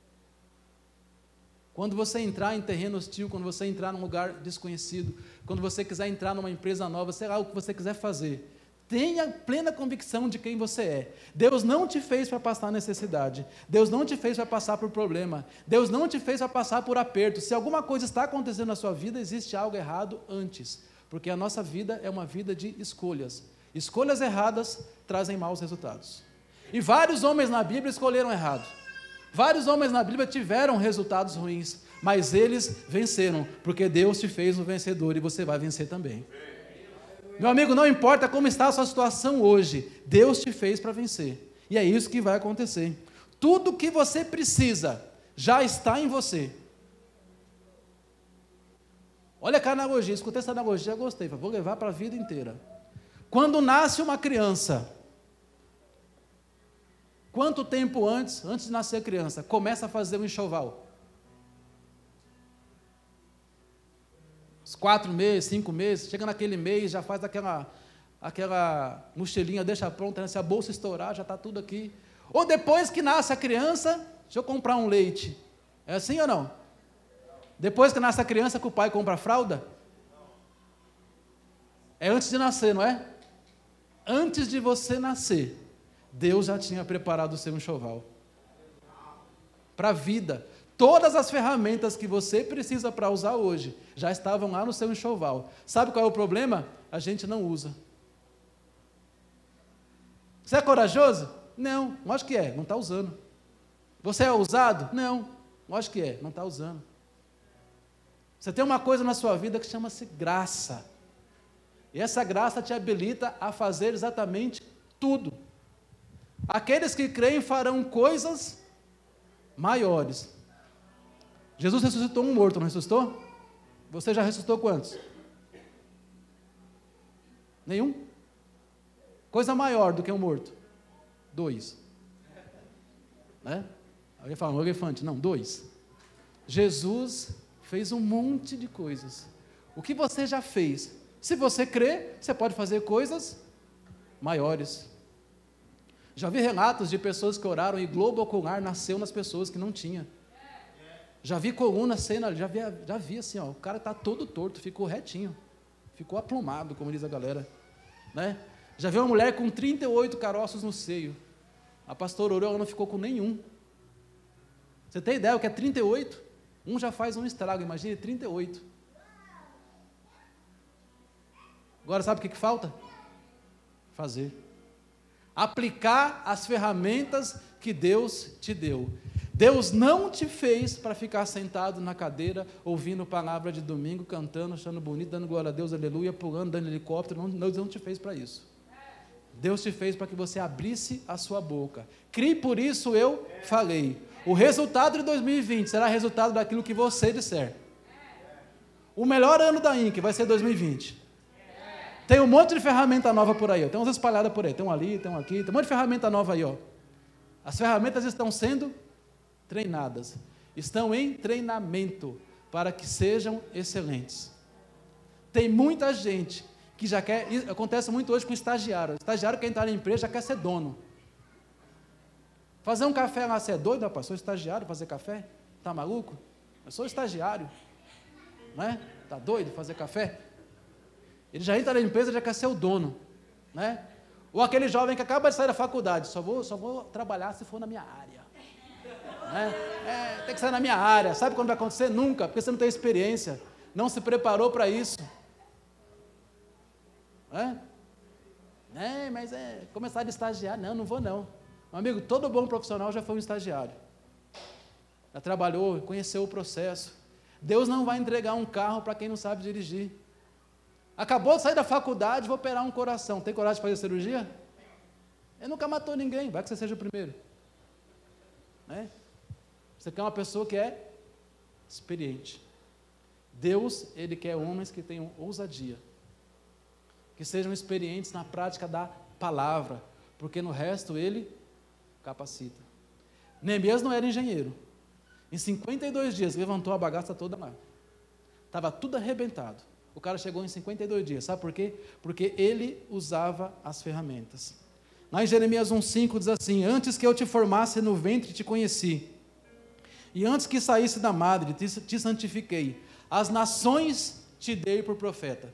Quando você entrar em terreno hostil, quando você entrar num lugar desconhecido, quando você quiser entrar numa empresa nova, sei lá o que você quiser fazer, tenha plena convicção de quem você é. Deus não te fez para passar necessidade, Deus não te fez para passar por problema, Deus não te fez para passar por aperto. Se alguma coisa está acontecendo na sua vida, existe algo errado antes, porque a nossa vida é uma vida de escolhas. Escolhas erradas trazem maus resultados. E vários homens na Bíblia escolheram errado. Vários homens na Bíblia tiveram resultados ruins, mas eles venceram, porque Deus te fez um vencedor e você vai vencer também. Meu amigo, não importa como está a sua situação hoje, Deus te fez para vencer. E é isso que vai acontecer. Tudo que você precisa já está em você. Olha a analogia, escutei essa analogia, gostei, vou levar para a vida inteira. Quando nasce uma criança, quanto tempo antes, antes de nascer a criança, começa a fazer um enxoval? Uns quatro meses, cinco meses, chega naquele mês, já faz aquela, aquela mochilinha, deixa pronta, né? Se a bolsa estourar, já está tudo aqui. Ou depois que nasce a criança, deixa eu comprar um leite. É assim ou não? Depois que nasce a criança que o pai compra a fralda? É antes de nascer, não é? Antes de você nascer, Deus já tinha preparado o seu enxoval. Para a vida. Todas as ferramentas que você precisa para usar hoje, já estavam lá no seu enxoval. Sabe qual é o problema? A gente não usa. Você é corajoso? Não, lógico que é, não está usando. Você é ousado? Não, lógico que é, não está usando. Você tem uma coisa na sua vida que chama-se graça. E essa graça te habilita a fazer exatamente tudo. Aqueles que creem farão coisas maiores. Jesus ressuscitou um morto, não ressuscitou? Você já ressuscitou quantos? Nenhum? Coisa maior do que um morto? Dois. Né? Alguém fala, um elefante. Não, dois. Jesus fez um monte de coisas. O que você já fez? Se você crê, você pode fazer coisas maiores. Já vi relatos de pessoas que oraram e globo ocular nasceu nas pessoas que não tinha. Já vi coluna cena, já vi, já vi assim, ó, o cara está todo torto, ficou retinho, ficou aplumado, como diz a galera. Né? Já vi uma mulher com trinta e oito caroços no seio. A pastora orou, ela não ficou com nenhum. Você tem ideia o que é trinta e oito? Um já faz um estrago, imagine trinta e oito. Agora sabe o que, que falta? Fazer. Aplicar as ferramentas que Deus te deu. Deus não te fez para ficar sentado na cadeira, ouvindo palavra de domingo, cantando, achando bonito, dando glória a Deus, aleluia, pulando, dando helicóptero. Não, Deus não te fez para isso. Deus te fez para que você abrisse a sua boca. Crie, por isso eu falei. O resultado de dois mil e vinte será resultado daquilo que você disser. O melhor ano da I N C vai ser dois mil e vinte. Tem um monte de ferramenta nova por aí, ó. Tem umas espalhadas por aí, tem um ali, tem um aqui, tem um monte de ferramenta nova aí, ó. As ferramentas estão sendo treinadas, estão em treinamento para que sejam excelentes. Tem muita gente que já quer, acontece muito hoje com estagiário, o estagiário que entrar na empresa já quer ser dono. Fazer um café lá, você é doido, rapaz? Sou estagiário, fazer café? Tá maluco? Eu sou estagiário, não é? Tá doido fazer café? Ele já entra na empresa, já quer ser o dono, né? Ou aquele jovem que acaba de sair da faculdade, só vou, só vou trabalhar se for na minha área. Né? É, tem que sair na minha área. Sabe quando vai acontecer? Nunca, porque você não tem experiência, não se preparou para isso. É? É, mas é começar de estagiário, não, não vou não. Meu amigo, todo bom profissional já foi um estagiário. Já trabalhou, conheceu o processo. Deus não vai entregar um carro para quem não sabe dirigir. Acabou de sair da faculdade, vou operar um coração. Tem coragem de fazer cirurgia? Ele nunca matou ninguém, vai que você seja o primeiro. Né? Você quer uma pessoa que é experiente. Deus, Ele quer homens que tenham ousadia, que sejam experientes na prática da palavra, porque no resto Ele capacita. Neemias não era engenheiro. Em cinquenta e dois dias, levantou a bagaça toda lá. Estava tudo arrebentado. O cara chegou em cinquenta e dois dias. Sabe por quê? Porque ele usava as ferramentas. Lá em Jeremias um, cinco diz assim: antes que eu te formasse no ventre te conheci, e antes que saísse da madre te, te santifiquei, as nações te dei por profeta.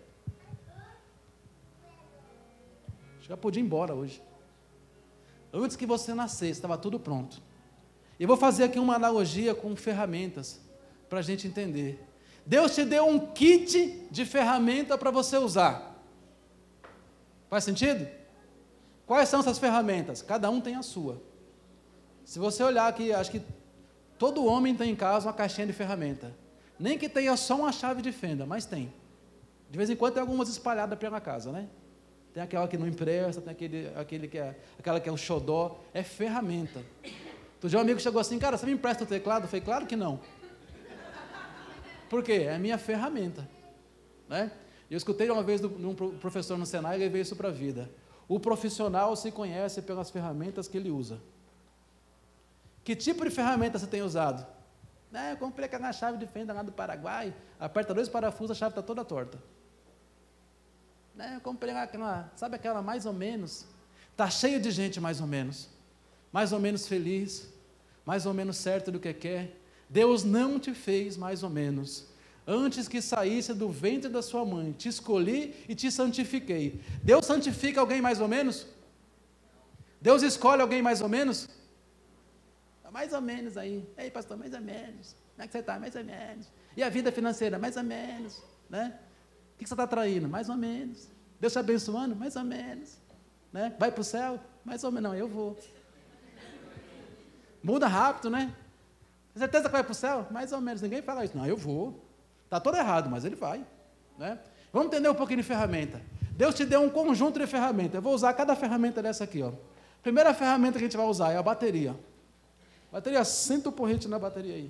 Já podia ir embora hoje. Antes que você nascesse, estava tudo pronto. Eu vou fazer aqui uma analogia com ferramentas, para a gente entender. Deus te deu um kit de ferramenta para você usar. Faz sentido? Quais são essas ferramentas? Cada um tem a sua. Se você olhar aqui, acho que todo homem tem em casa uma caixinha de ferramenta. Nem que tenha só uma chave de fenda, mas tem. De vez em quando tem algumas espalhadas pela casa, né? Tem aquela que não empresta, tem aquele, aquele que é, aquela que é o xodó. É ferramenta. Outro dia um amigo chegou assim: cara, você me empresta o teclado? Eu falei: claro que não. Por quê? É a minha ferramenta. Né? Eu escutei uma vez de um professor no Senai e levei isso para a vida. O profissional se conhece pelas ferramentas que ele usa. Que tipo de ferramenta você tem usado? É, eu comprei aquela chave de fenda lá do Paraguai, aperta dois parafusos, a chave está toda torta. É, eu comprei aquela, sabe aquela mais ou menos? Está cheio de gente mais ou menos. Mais ou menos feliz, mais ou menos certo do que quer. Deus não te fez mais ou menos. Antes que saísse do ventre da sua mãe, te escolhi e te santifiquei. Deus santifica alguém mais ou menos? Deus escolhe alguém mais ou menos? Mais ou menos aí. Ei, pastor, mais ou menos. Como é que você está? Mais ou menos. E a vida financeira? Mais ou menos. Né? O que você está traindo? Mais ou menos. Deus te abençoando? Mais ou menos. Né? Vai para o céu? Mais ou menos. Não, eu vou. Muda rápido, né? Tem certeza que vai para o céu? Mais ou menos. Ninguém fala isso. Não, eu vou. Está todo errado, mas ele vai. Né? Vamos entender um pouquinho de ferramenta. Deus te deu um conjunto de ferramentas. Eu vou usar cada ferramenta dessa aqui. Ó. A primeira ferramenta que a gente vai usar é a bateria. Bateria, senta o porrete na bateria aí.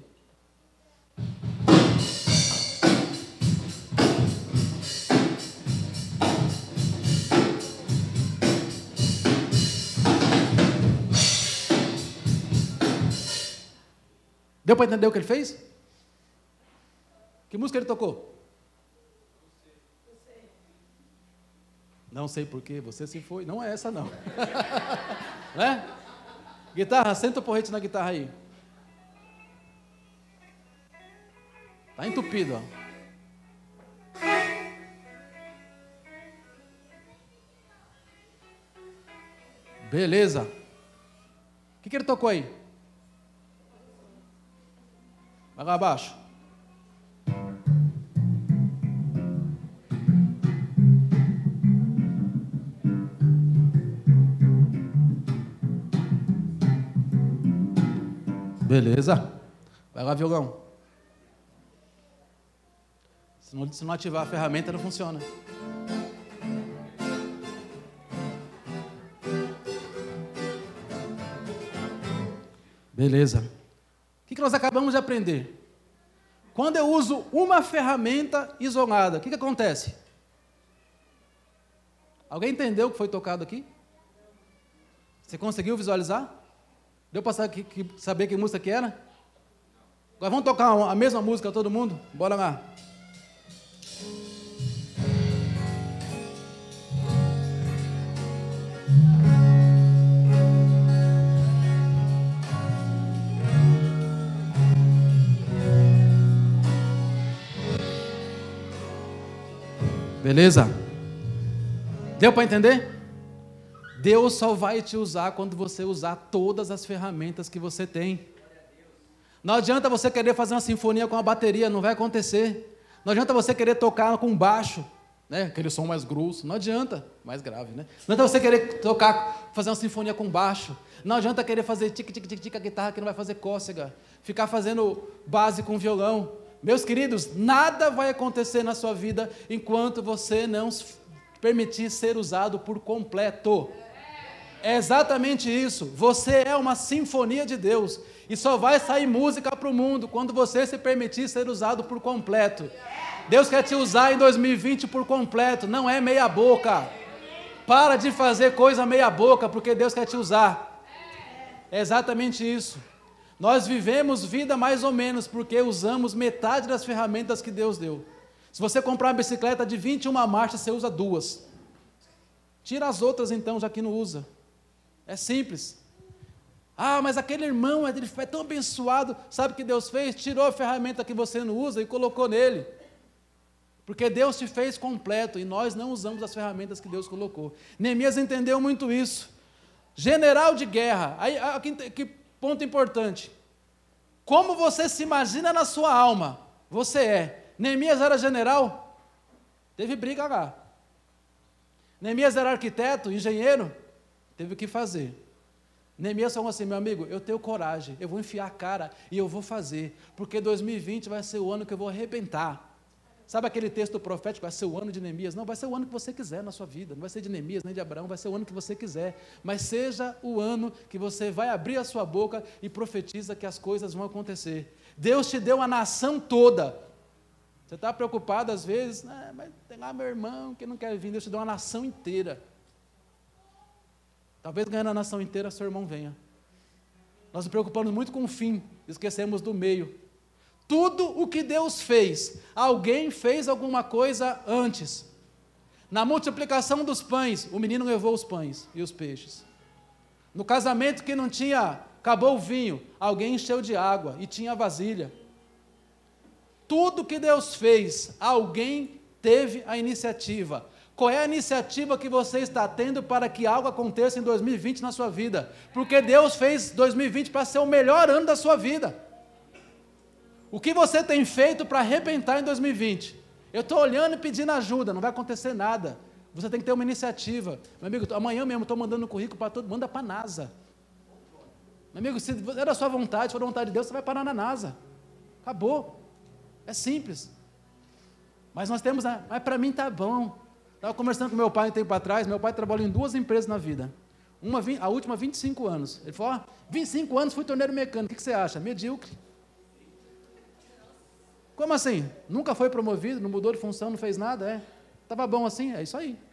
Deu para entender o que ele fez? Que música ele tocou? Não sei porquê, você se foi. Não é essa não. Né? Guitarra, senta o porrete na guitarra aí. Está entupido, ó. Beleza. O que, que ele tocou aí? Vai lá abaixo. Beleza. Vai lá, violão. Se não, se não ativar a ferramenta, não funciona. Beleza. O que, que nós acabamos de aprender? Quando eu uso uma ferramenta isolada, o que, que acontece? Alguém entendeu o que foi tocado aqui? Você conseguiu visualizar? Deu para saber que, que, saber que música que era? Agora vamos tocar a mesma música todo mundo? Bora lá. Beleza? Deu para entender? Deus só vai te usar quando você usar todas as ferramentas que você tem. Não adianta você querer fazer uma sinfonia com a bateria, não vai acontecer. Não adianta você querer tocar com baixo, né? Aquele som mais grosso, não adianta, mais grave, né? Não adianta você querer tocar, fazer uma sinfonia com baixo. Não adianta querer fazer tic tic tic tic a guitarra que não vai fazer cócega. Ficar fazendo base com violão. Meus queridos, nada vai acontecer na sua vida enquanto você não permitir ser usado por completo. É exatamente isso. Você é uma sinfonia de Deus. E só vai sair música para o mundo quando você se permitir ser usado por completo. Deus quer te usar em dois mil e vinte por completo, não é meia boca. Para de fazer coisa meia boca, porque Deus quer te usar. É exatamente isso. Nós vivemos vida mais ou menos porque usamos metade das ferramentas que Deus deu. Se você comprar uma bicicleta de vinte e uma marchas, você usa duas. Tira as outras então, já que não usa. É simples. Ah, mas aquele irmão, ele foi tão abençoado. Sabe o que Deus fez? Tirou a ferramenta que você não usa e colocou nele. Porque Deus te fez completo e nós não usamos as ferramentas que Deus colocou. Neemias entendeu muito isso. General de guerra. Aí, aqui, que ponto importante. Como você se imagina na sua alma, você é. Neemias era general? Teve briga lá. Neemias era arquiteto, engenheiro? Teve o que fazer. Neemias falou assim, meu amigo, eu tenho coragem, eu vou enfiar a cara e eu vou fazer, porque dois mil e vinte vai ser o ano que eu vou arrebentar. Sabe aquele texto profético, vai ser o ano de Neemias? Não, vai ser o ano que você quiser na sua vida, não vai ser de Neemias nem de Abraão, vai ser o ano que você quiser, mas seja o ano que você vai abrir a sua boca e profetiza que as coisas vão acontecer. Deus te deu a nação toda. Você está preocupado às vezes, ah, mas tem lá meu irmão que não quer vir, Deus te deu uma nação inteira. Talvez ganhando a nação inteira, seu irmão venha. Nós nos preocupamos muito com o fim, esquecemos do meio. Tudo o que Deus fez, alguém fez alguma coisa antes. Na multiplicação dos pães, o menino levou os pães e os peixes. No casamento que não tinha acabou o vinho, alguém encheu de água e tinha vasilha. Tudo que Deus fez, alguém teve a iniciativa. Qual é a iniciativa que você está tendo para que algo aconteça em dois mil e vinte na sua vida? Porque Deus fez dois mil e vinte para ser o melhor ano da sua vida. O que você tem feito para arrebentar em dois mil e vinte? Eu estou olhando e pedindo ajuda, não vai acontecer nada. Você tem que ter uma iniciativa. Meu amigo, amanhã mesmo estou mandando um currículo para todo mundo, manda para a NASA. Meu amigo, se é da sua vontade, se for da vontade de Deus, você vai parar na NASA. Acabou. É simples. Mas nós temos, a, mas para mim está bom. Estava conversando com meu pai um tempo atrás, meu pai trabalhou em duas empresas na vida. Uma, a última, vinte e cinco anos. Ele falou, ó, vinte e cinco anos fui torneiro mecânico, o que, que você acha? Medíocre. Como assim? Nunca foi promovido, não mudou de função, não fez nada? É. Estava bom assim? É isso aí.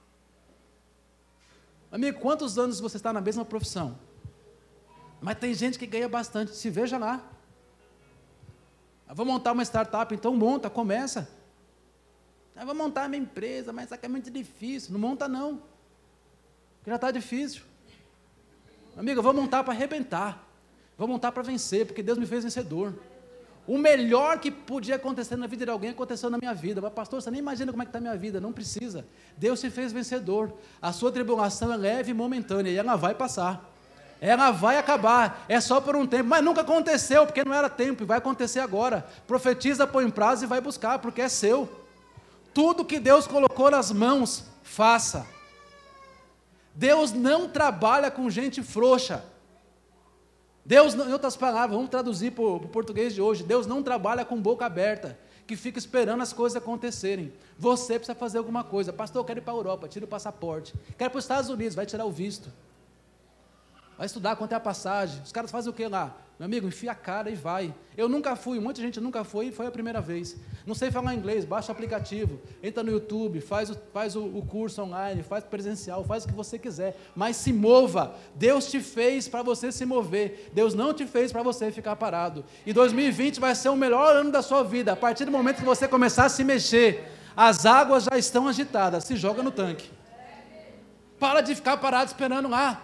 Amigo, quantos anos você está na mesma profissão? Mas tem gente que ganha bastante, se veja lá. Eu vou montar uma startup, então monta, começa. Eu vou montar a minha empresa, mas isso aqui é muito difícil. Não monta não, porque já está difícil. Amigo, eu vou montar para arrebentar. Vou montar para vencer, porque Deus me fez vencedor. O melhor que podia acontecer na vida de alguém aconteceu na minha vida. Mas pastor, você nem imagina como é que está a minha vida. Não precisa. Deus te fez vencedor. A sua tribulação é leve e momentânea, e ela vai passar. Ela vai acabar, é só por um tempo, mas nunca aconteceu, porque não era tempo, e vai acontecer agora. Profetiza, põe em prazo e vai buscar, porque é seu. Tudo que Deus colocou nas mãos, faça. Deus não trabalha com gente frouxa. Deus, em outras palavras, vamos traduzir para o português de hoje, Deus não trabalha com boca aberta, que fica esperando as coisas acontecerem. Você precisa fazer alguma coisa. Pastor, eu quero ir para a Europa, tira o passaporte. Quero ir para os Estados Unidos, vai tirar o visto. Vai estudar quanto é a passagem. Os caras fazem o que lá? Meu amigo, enfia a cara e vai. Eu nunca fui, muita gente nunca foi, e foi a primeira vez. Não sei falar inglês, baixa o aplicativo, entra no YouTube, faz, o, faz o, o curso online, faz presencial, faz o que você quiser, mas se mova. Deus te fez para você se mover, Deus não te fez para você ficar parado. E dois mil e vinte vai ser o melhor ano da sua vida. A partir do momento que você começar a se mexer, as águas já estão agitadas, se joga no tanque. Para de ficar parado esperando lá.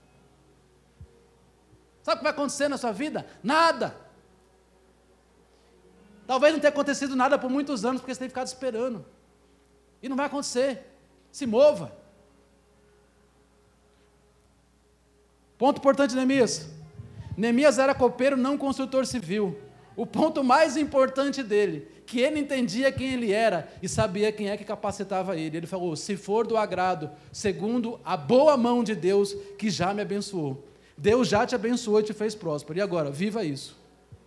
Sabe o que vai acontecer na sua vida? Nada. Talvez não tenha acontecido nada por muitos anos, porque você tem ficado esperando. E não vai acontecer. Se mova. Ponto importante de Neemias. Neemias era copeiro, não construtor civil. O ponto mais importante dele, que ele entendia quem ele era e sabia quem é que capacitava ele. Ele falou, se for do agrado, segundo a boa mão de Deus, que já me abençoou. Deus já te abençoou e te fez próspero. E agora, viva isso.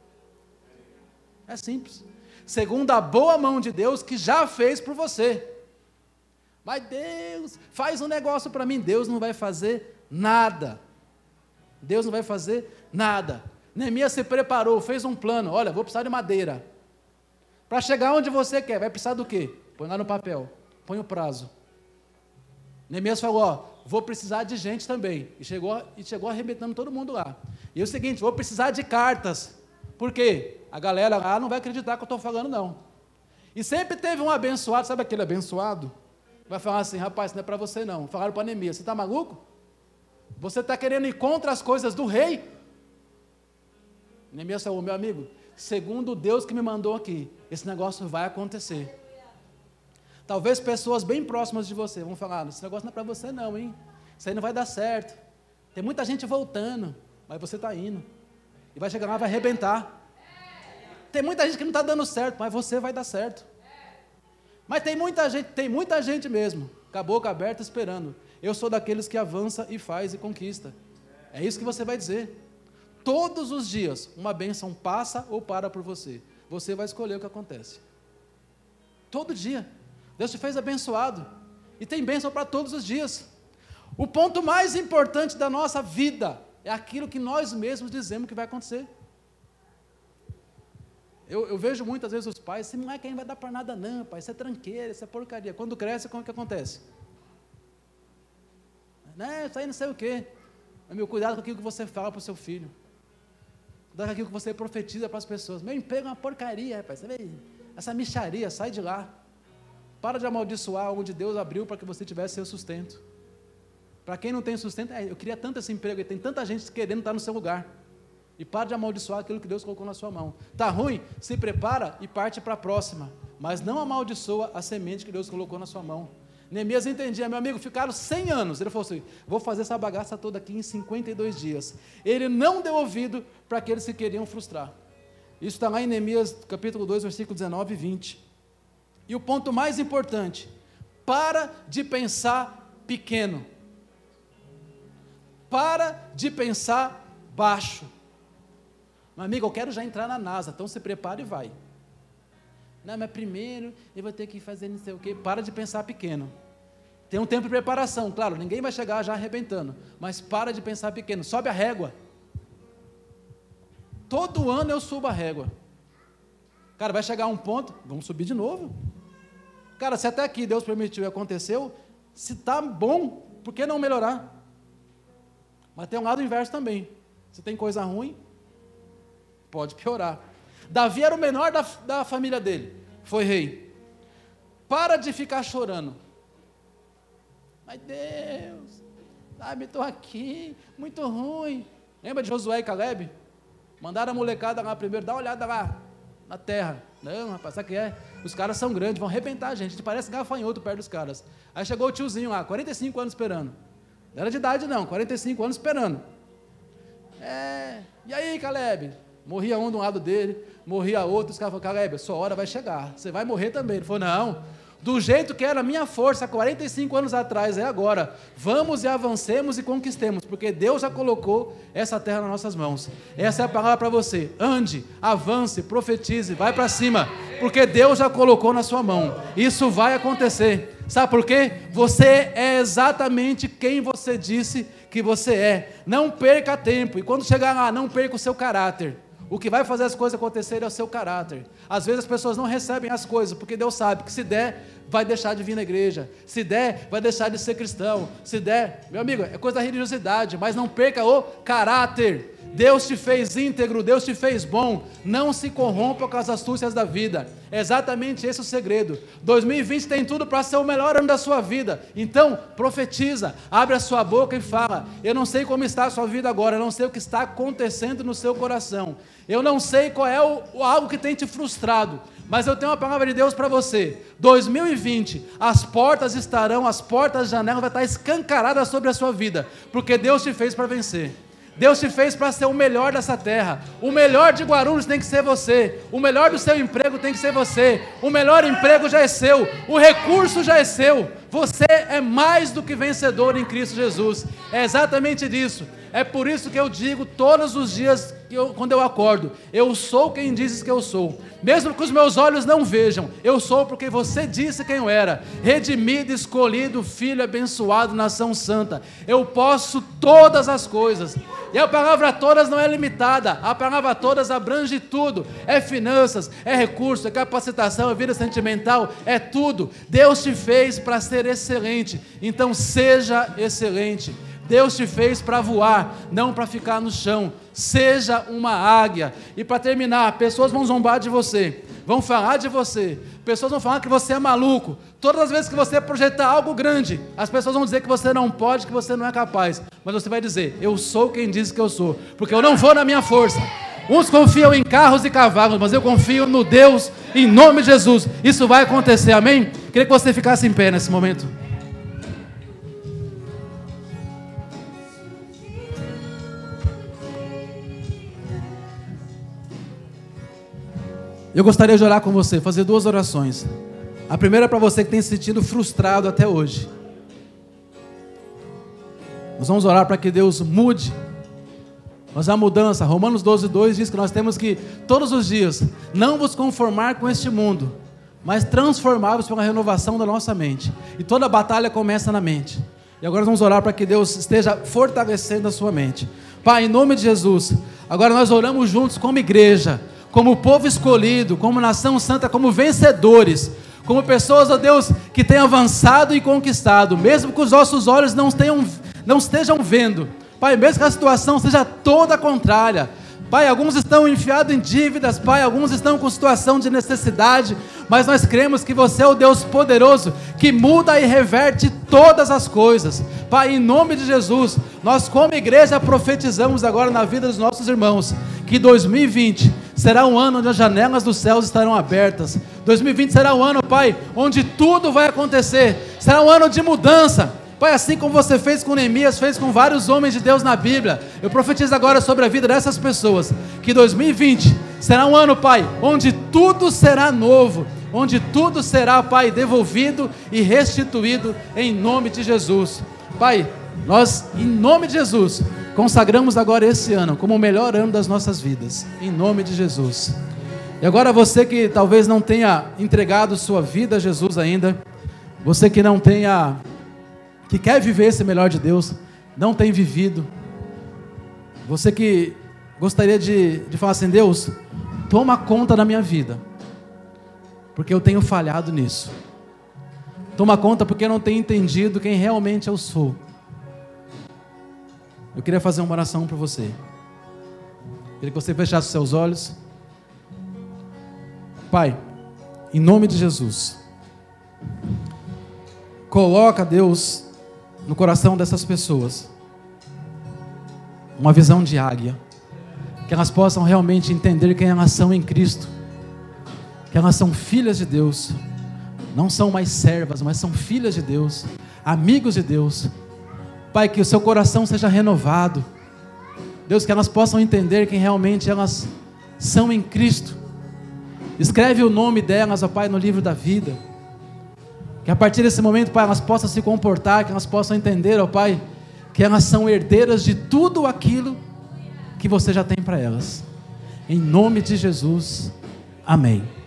É simples. Segundo a boa mão de Deus, que já fez por você. Mas Deus, faz um negócio para mim. Deus não vai fazer nada. Deus não vai fazer nada. Neemias se preparou, fez um plano. Olha, vou precisar de madeira. Para chegar onde você quer, vai precisar do quê? Põe lá no papel. Põe o prazo. Neemias falou, ó, vou precisar de gente também. E chegou, e chegou arrebentando todo mundo lá. E é o seguinte, vou precisar de cartas. Por quê? A galera lá não vai acreditar que eu estou falando, não. E sempre teve um abençoado, sabe aquele abençoado? Vai falar assim, rapaz, isso não é para você não. Falaram para Neemias, você está maluco? Você está querendo ir contra as coisas do rei? Neemias falou, meu amigo, segundo Deus que me mandou aqui, esse negócio vai acontecer. Talvez pessoas bem próximas de você vão falar, esse negócio não é para você não, hein? Isso aí não vai dar certo. Tem muita gente voltando, mas você está indo. E vai chegar lá e vai arrebentar. Tem muita gente que não está dando certo, mas você vai dar certo. Mas tem muita gente, tem muita gente mesmo, com a boca aberta esperando. Eu sou daqueles que avança e faz e conquista. É isso que você vai dizer. Todos os dias, uma bênção passa ou para por você. Você vai escolher o que acontece. Todo dia. Deus te fez abençoado. E tem bênção para todos os dias. O ponto mais importante da nossa vida é aquilo que nós mesmos dizemos que vai acontecer. Eu, eu vejo muitas vezes os pais, esse moleque aí não vai dar para nada não, pai, isso é tranqueira, isso é porcaria. Quando cresce, como que acontece? Né, isso aí não sei o quê. Meu, cuidado com aquilo que você fala para o seu filho. Cuidado com aquilo que você profetiza para as pessoas. Meu emprego é uma porcaria, rapaz. Essa mixaria, sai de lá. Para de amaldiçoar onde Deus abriu para que você tivesse seu sustento. Para quem não tem sustento, é, eu queria tanto esse emprego, e tem tanta gente querendo estar no seu lugar. E para de amaldiçoar aquilo que Deus colocou na sua mão. Está ruim? Se prepara e parte para a próxima. Mas não amaldiçoa a semente que Deus colocou na sua mão. Neemias entendia, meu amigo, ficaram cem anos. Ele falou assim, vou fazer essa bagaça toda aqui em cinquenta e dois dias. Ele não deu ouvido para aqueles que queriam frustrar. Isso está lá em Neemias, capítulo dois, versículo dezenove e vinte. E o ponto mais importante, para de pensar pequeno. Para de pensar baixo. Meu amigo, eu quero já entrar na NASA, então se prepare e vai. Não, mas primeiro eu vou ter que fazer não sei o quê. Para de pensar pequeno. Tem um tempo de preparação, claro, ninguém vai chegar já arrebentando, mas para de pensar pequeno, sobe a régua. Todo ano eu subo a régua. Cara, vai chegar um ponto, vamos subir de novo. Cara, se até aqui Deus permitiu e aconteceu, se está bom, por que não melhorar? Mas tem um lado inverso também. Se tem coisa ruim, pode piorar. Davi era o menor da, da família dele, foi rei. Para de ficar chorando. Ai Deus, sabe, estou aqui, muito ruim. Lembra de Josué e Caleb? Mandaram a molecada lá primeiro, dá uma olhada lá, na terra. Não, rapaz, sabe o que é? Os caras são grandes, vão arrebentar a gente, a gente parece gafanhoto perto dos caras. Aí chegou o tiozinho lá, quarenta e cinco anos esperando. Não era de idade não, quarenta e cinco anos esperando. É, e aí Caleb? Morria um de um lado dele, morria outro, os caras falaram, Caleb, sua hora vai chegar, você vai morrer também. Ele falou, não, do jeito que era a minha força, quarenta e cinco anos atrás, é agora, vamos e avancemos e conquistemos, porque Deus já colocou essa terra nas nossas mãos. Essa é a palavra para você, ande, avance, profetize, vai para cima, porque Deus já colocou na sua mão, isso vai acontecer. Sabe por quê? Você é exatamente quem você disse que você é. Não perca tempo, e quando chegar lá, não perca o seu caráter. O que vai fazer as coisas acontecerem é o seu caráter. Às vezes as pessoas não recebem as coisas, porque Deus sabe que se der, vai deixar de vir na igreja. Se der, vai deixar de ser cristão. Se der, meu amigo, é coisa da religiosidade, mas não perca o caráter. Deus te fez íntegro, Deus te fez bom. Não se corrompa com as astúcias da vida. É exatamente esse o segredo. dois mil e vinte tem tudo para ser o melhor ano da sua vida. Então, profetiza, abre a sua boca e fala. Eu não sei como está a sua vida agora, eu não sei o que está acontecendo no seu coração. Eu não sei qual é o, o algo que tem te frustrado, mas eu tenho uma palavra de Deus para você. dois mil e vinte, as portas estarão, as portas, as janelas vão estar escancaradas sobre a sua vida, porque Deus te fez para vencer. Deus te fez para ser o melhor dessa terra. O melhor de Guarulhos tem que ser você. O melhor do seu emprego tem que ser você. O melhor emprego já é seu. O recurso já é seu. Você é mais do que vencedor em Cristo Jesus. É exatamente disso. É por isso que eu digo todos os dias, que eu, quando eu acordo, eu sou quem dizes que eu sou. Mesmo que os meus olhos não vejam, eu sou porque você disse quem eu era. Redimido, escolhido, filho abençoado, nação santa. Eu posso todas as coisas. E a palavra todas não é limitada. A palavra todas abrange tudo. É finanças, é recurso, é capacitação, é vida sentimental, é tudo. Deus te fez para ser excelente. Então seja excelente. Deus te fez para voar, não para ficar no chão. Seja uma águia. E para terminar, pessoas vão zombar de você, vão falar de você, pessoas vão falar que você é maluco. Todas as vezes que você projetar algo grande, as pessoas vão dizer que você não pode, que você não é capaz. Mas você vai dizer, eu sou quem diz que eu sou, porque eu não vou na minha força. Uns confiam em carros e cavalos, mas eu confio no Deus, em nome de Jesus. Isso vai acontecer, amém? Queria que você ficasse em pé nesse momento. Eu gostaria de orar com você, fazer duas orações. A primeira é para você que tem se sentido frustrado até hoje. Nós vamos orar para que Deus mude. Mas a mudança, Romanos doze, dois diz que nós temos que, todos os dias, não vos conformar com este mundo, mas transformá-los pela renovação da nossa mente. E toda batalha começa na mente. E agora nós vamos orar para que Deus esteja fortalecendo a sua mente. Pai, em nome de Jesus, agora nós oramos juntos como igreja, como povo escolhido, como nação santa, como vencedores, como pessoas, ó Deus, que têm avançado e conquistado, mesmo que os nossos olhos não, tenham, não estejam vendo, Pai, mesmo que a situação seja toda contrária, Pai, alguns estão enfiados em dívidas, Pai, alguns estão com situação de necessidade, mas nós cremos que você é o Deus poderoso, que muda e reverte todas as coisas. Pai, em nome de Jesus, nós como igreja profetizamos agora na vida dos nossos irmãos, que dois mil e vinte será um ano onde as janelas dos céus estarão abertas. dois mil e vinte será um ano, Pai, onde tudo vai acontecer, será um ano de mudança. Pai, assim como você fez com Neemias, fez com vários homens de Deus na Bíblia, eu profetizo agora sobre a vida dessas pessoas, que dois mil e vinte será um ano, Pai, onde tudo será novo, onde tudo será, Pai, devolvido e restituído, em nome de Jesus. Pai, nós, em nome de Jesus, consagramos agora esse ano como o melhor ano das nossas vidas, em nome de Jesus. E agora você que talvez não tenha entregado sua vida a Jesus ainda, você que não tenha... que quer viver esse melhor de Deus, não tem vivido, você que gostaria de, de falar assim: Deus, toma conta da minha vida, porque eu tenho falhado nisso, toma conta porque eu não tenho entendido quem realmente eu sou. Eu queria fazer uma oração para você, queria que você fechasse os seus olhos. Pai, em nome de Jesus, coloca, Deus, no coração dessas pessoas uma visão de águia, que elas possam realmente entender quem elas são em Cristo, que elas são filhas de Deus, não são mais servas, mas são filhas de Deus, amigos de Deus. Pai, que o seu coração seja renovado, Deus, que elas possam entender quem realmente elas são em Cristo. Escreve o nome delas, ó Pai, no livro da vida, que a partir desse momento, Pai, elas possam se comportar, que elas possam entender, ó Pai, que elas são herdeiras de tudo aquilo que você já tem para elas. Em nome de Jesus, amém.